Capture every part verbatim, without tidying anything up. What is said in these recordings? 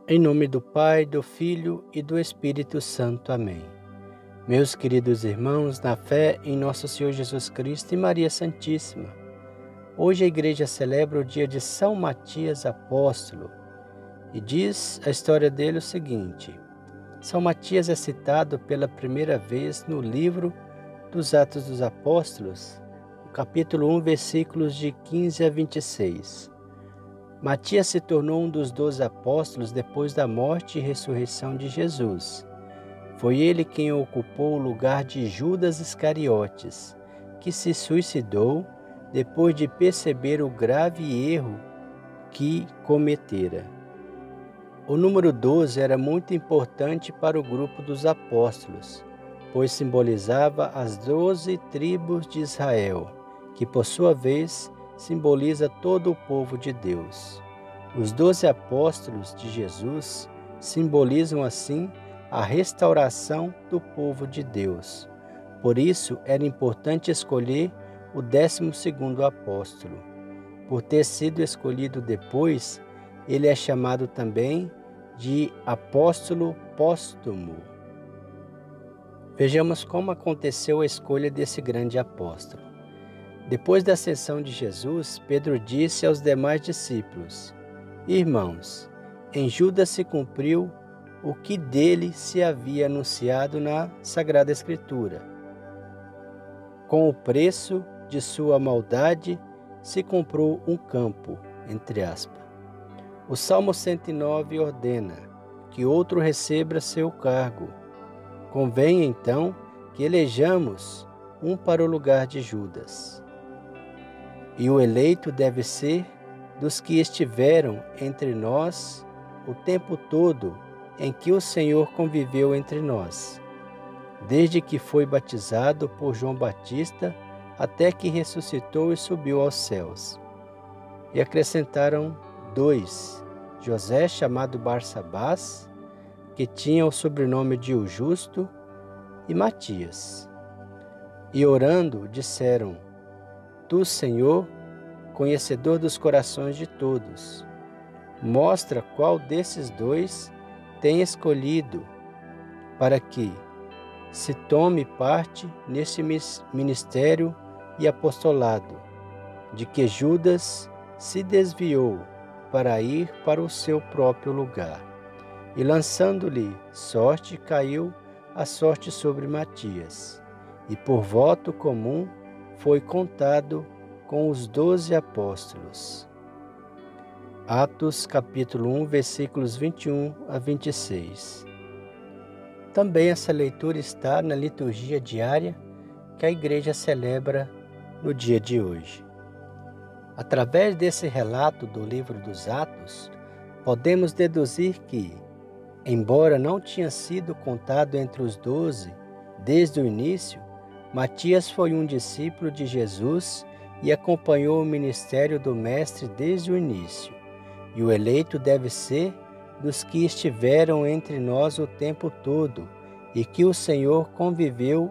Em nome do Pai, do Filho e do Espírito Santo. Amém. Meus queridos irmãos, na fé em nosso Senhor Jesus Cristo e Maria Santíssima, hoje a igreja celebra o dia de São Matias Apóstolo e diz a história dele o seguinte: São Matias é citado pela primeira vez no livro dos Atos dos Apóstolos, no capítulo um, versículos de quinze a vinte e seis. Matias se tornou um dos doze apóstolos depois da morte e ressurreição de Jesus. Foi ele quem ocupou o lugar de Judas Iscariotes, que se suicidou depois de perceber o grave erro que cometera. O número doze era muito importante para o grupo dos apóstolos, pois simbolizava as doze tribos de Israel, que por sua vez simboliza todo o povo de Deus. Os doze apóstolos de Jesus simbolizam assim a restauração do povo de Deus. Por isso era importante escolher o décimo segundo apóstolo. Por ter sido escolhido depois, ele é chamado também de apóstolo póstumo. Vejamos como aconteceu a escolha desse grande apóstolo. Depois da ascensão de Jesus, Pedro disse aos demais discípulos: Irmãos, em Judas se cumpriu o que dele se havia anunciado na Sagrada Escritura. Com o preço de sua maldade se comprou um campo, entre aspas. O Salmo cento e nove ordena que outro receba seu cargo. Convém, então, que elejamos um para o lugar de Judas. E o eleito deve ser dos que estiveram entre nós o tempo todo em que o Senhor conviveu entre nós, desde que foi batizado por João Batista até que ressuscitou e subiu aos céus. E acrescentaram dois: José, chamado Barsabás, que tinha o sobrenome de o Justo, e Matias. E orando, disseram: Tu, Senhor, conhecedor dos corações de todos, mostra qual desses dois tem escolhido, para que se tome parte nesse ministério e apostolado, de que Judas se desviou para ir para o seu próprio lugar. E lançando-lhe sorte, caiu a sorte sobre Matias, e por voto comum foi contado com os doze apóstolos. Atos capítulo um, versículos vinte e um a vinte e seis. Também essa leitura está na liturgia diária que a igreja celebra no dia de hoje. Através desse relato do livro dos Atos, podemos deduzir que, embora não tinha sido contado entre os doze desde o início, Matias foi um discípulo de Jesus e acompanhou o ministério do Mestre desde o início. E o eleito deve ser dos que estiveram entre nós o tempo todo e que o Senhor conviveu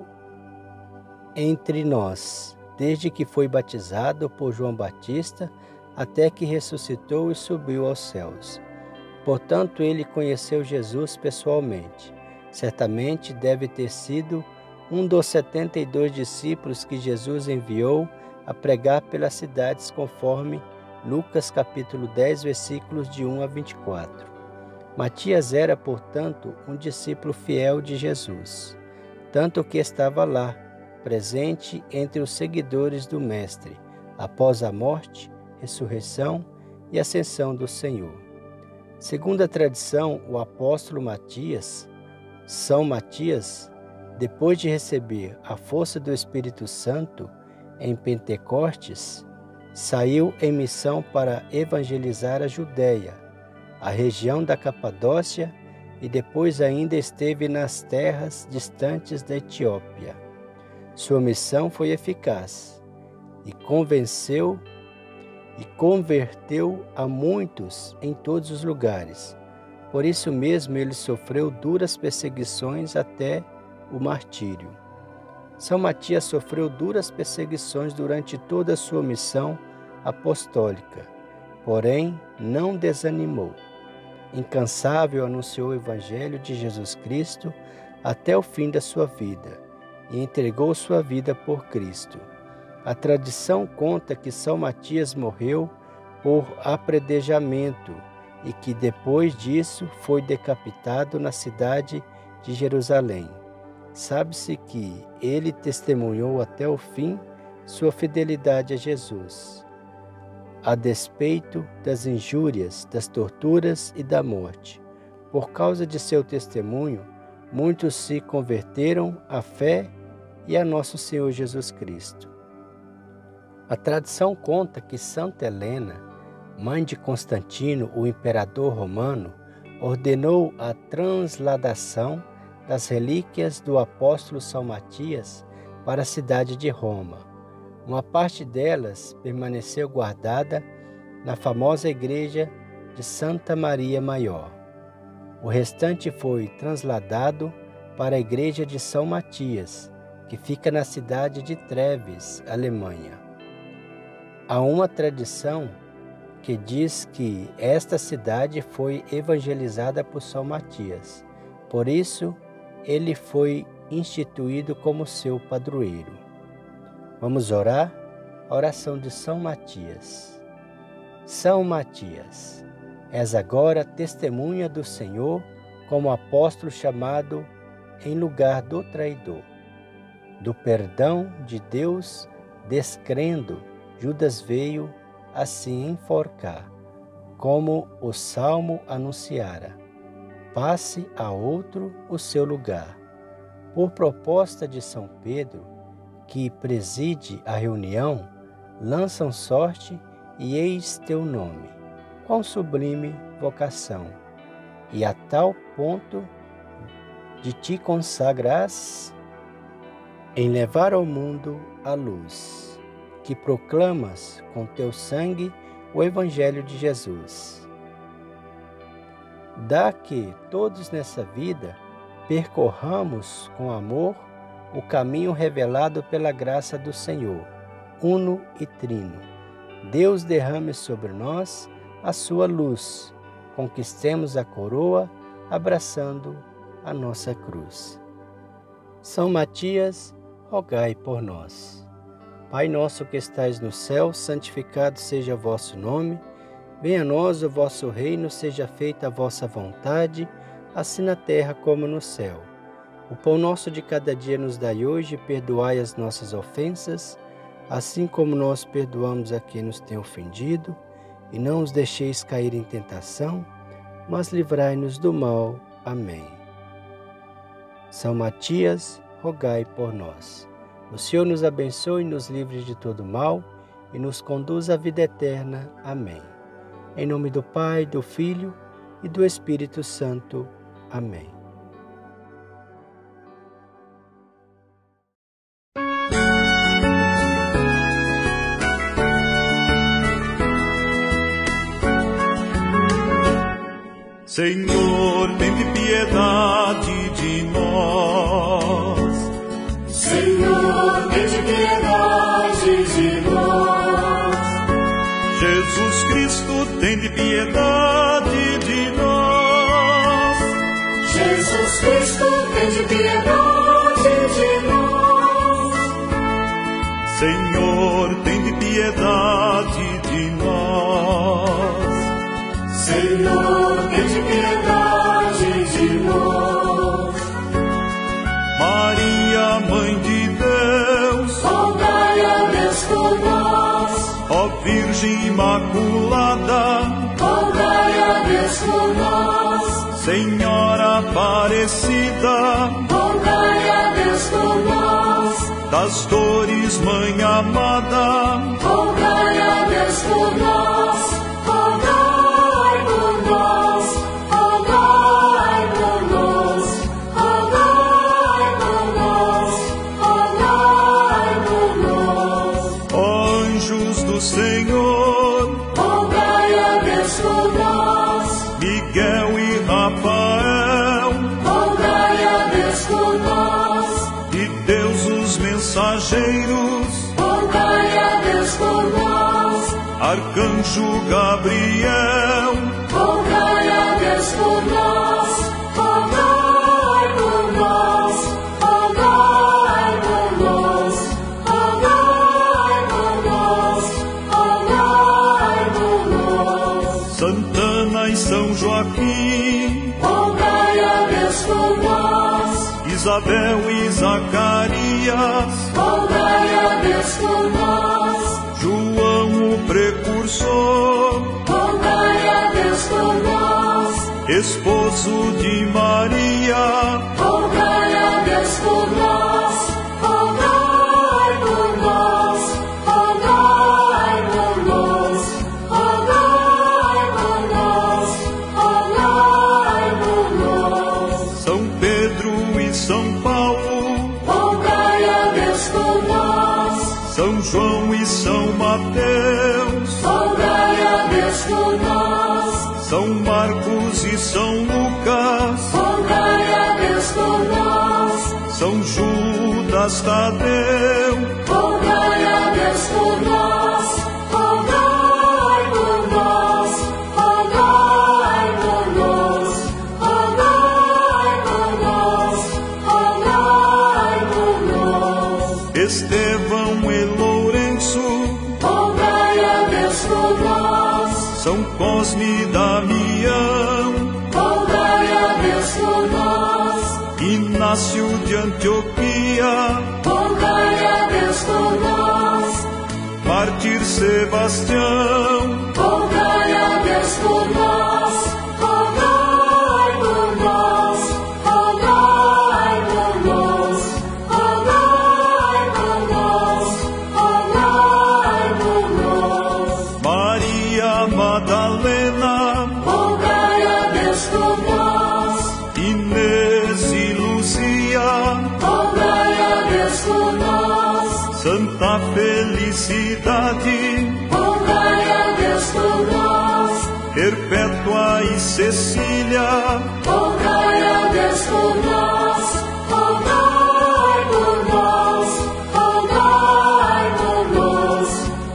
entre nós, desde que foi batizado por João Batista até que ressuscitou e subiu aos céus. Portanto, ele conheceu Jesus pessoalmente. Certamente deve ter sido um dos setenta e dois discípulos que Jesus enviou a pregar pelas cidades, conforme Lucas capítulo dez, versículos de um a vinte e quatro. Matias era, portanto, um discípulo fiel de Jesus, tanto que estava lá, presente entre os seguidores do Mestre, após a morte, ressurreição e ascensão do Senhor. Segundo a tradição, o apóstolo Matias, São Matias, depois de receber a força do Espírito Santo em Pentecostes, saiu em missão para evangelizar a Judéia, a região da Capadócia, e depois ainda esteve nas terras distantes da Etiópia. Sua missão foi eficaz e convenceu e converteu a muitos em todos os lugares. Por isso mesmo ele sofreu duras perseguições até o martírio. São Matias sofreu duras perseguições durante toda a sua missão apostólica, porém não desanimou. incansável, anunciou o Evangelho de Jesus Cristo até o fim da sua vida e entregou sua vida por Cristo. A tradição conta que São Matias morreu por apredejamento e que depois disso foi decapitado na cidade de Jerusalém. Sabe-se que ele testemunhou até o fim sua fidelidade a Jesus, a despeito das injúrias, das torturas e da morte. Por causa de seu testemunho, muitos se converteram à fé e a nosso Senhor Jesus Cristo. A tradição conta que Santa Helena, mãe de Constantino, o imperador romano, ordenou a transladação das relíquias do apóstolo São Matias para a cidade de Roma. Uma parte delas permaneceu guardada na famosa igreja de Santa Maria Maior. O restante foi transladado para a igreja de São Matias, que fica na cidade de Treves, Alemanha. Há uma tradição que diz que esta cidade foi evangelizada por São Matias. Por isso, ele foi instituído como seu padroeiro. Vamos orar? A oração de São Matias. São Matias, és agora testemunha do Senhor como apóstolo chamado em lugar do traidor. Do perdão de Deus, descrendo, Judas veio a se enforcar, como o Salmo anunciara. Passe a outro o seu lugar. Por proposta de São Pedro, que preside a reunião, lançam sorte e eis teu nome. Quão sublime vocação! E a tal ponto de te consagras em levar ao mundo a luz, que proclamas com teu sangue o Evangelho de Jesus. Dá que todos nessa vida percorramos com amor o caminho revelado pela graça do Senhor, uno e trino. Deus derrame sobre nós a sua luz, conquistemos a coroa abraçando a nossa cruz. São Matias, rogai por nós. Pai nosso que estais no céu, santificado seja o vosso nome. Venha a nós o vosso reino, seja feita a vossa vontade, assim na terra como no céu. O pão nosso de cada dia nos dai hoje, perdoai as nossas ofensas, assim como nós perdoamos a quem nos tem ofendido, e não os deixeis cair em tentação, mas livrai-nos do mal. Amém. São Matias, rogai por nós. O Senhor nos abençoe e nos livre de todo mal, e nos conduz à vida eterna. Amém. Em nome do Pai, do Filho e do Espírito Santo. Amém. Senhor, tende piedade de nós. Senhor, tende piedade de nós. Jesus Cristo, tende piedade de nós. Jesus Cristo, tende piedade de nós. Senhor, tende piedade de nós. Senhor, tende piedade de nós. Maria, Mãe de Deus, Rogai a Deus por nós. ó Virgem Imaculada, Rogai a Deus por nós. Senhora Aparecida, Rogai a Deus por nós. das dores, Mãe amada, Rogai a Deus por nós. Rogai por nós. Rogai por nós. Rogai por nós. Rogai por nós. ó anjos do Senhor, Rogai a Deus por nós. Miguel e Rafael, Rogai a Deus por nós. de Deus os mensageiros, Rogai a Deus por nós. Arcanjo Gabriel, Rogai a Deus Joaquim, rogai a Deus por nós. Isabel e Zacarias, Rogai a Deus por nós. João o precursor, Rogai a Deus por nós. esposo de Maria, Rogai a Deus por nós. Rogai por nós. Rogai por nós. Rogai por nós. Rogai por nós. São Pedro e São Paulo, Rogai a Deus por nós. São João e São Mateus, Rogai a Deus por nós. São Marcos e São Lucas, Rogai a Deus por nós. São Judas Tadeu, Rogai a Deus por nós. Rogai por nós. Rogai por nós. Rogai por nós. Rogai por nós. Estevão e Lourenço, Rogai a Deus por nós. São Cosme e Damião, Rogai a Deus por nós. Inácio de Antioquia, Rogai a Deus por nós. Mártir Sebastião, Rogai a Deus por nós. Rogai por nós. Rogai por nós. Rogai por nós. Rogai por nós. Maria Madalena, Rogai a Deus por nós. Inês e Luzia, Rogai a Deus por nós. Santa Felicidade, Rogai a Deus por nós. Perpétua e Cecília, Rogai a Deus por nós. Rogai por nós. Rogai por nós.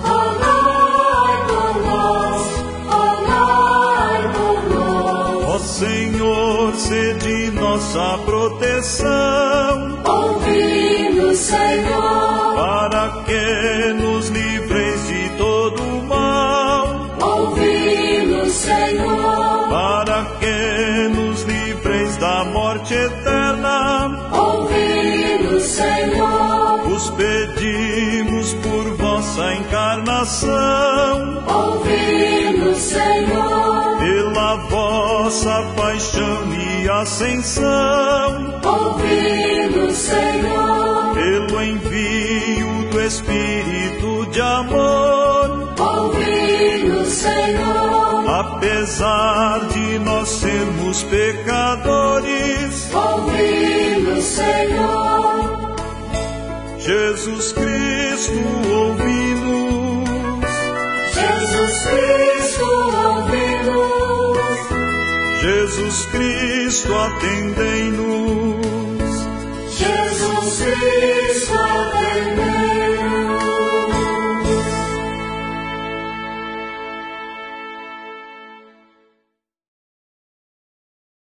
Rogai por nós. Rogai por nós. ó Senhor, sede nossa proteção, Ouvi-nos, Senhor. para que nos livreis de todo mal, Ouvi-nos, Senhor. para que nos livreis da morte eterna. Ouvi-nos, Senhor. Vos pedimos por vossa encarnação, Ouvi-nos, Senhor. pela vossa paixão e ascensão, Ouvi-nos, Senhor. pelo envio do Espírito de amor, Ouvi-nos, Senhor. apesar de nós sermos pecadores. Ouvi-nos, Senhor. Jesus Cristo, ouvi-nos. Jesus Cristo, ouvi-nos. Jesus Cristo, atendei-nos.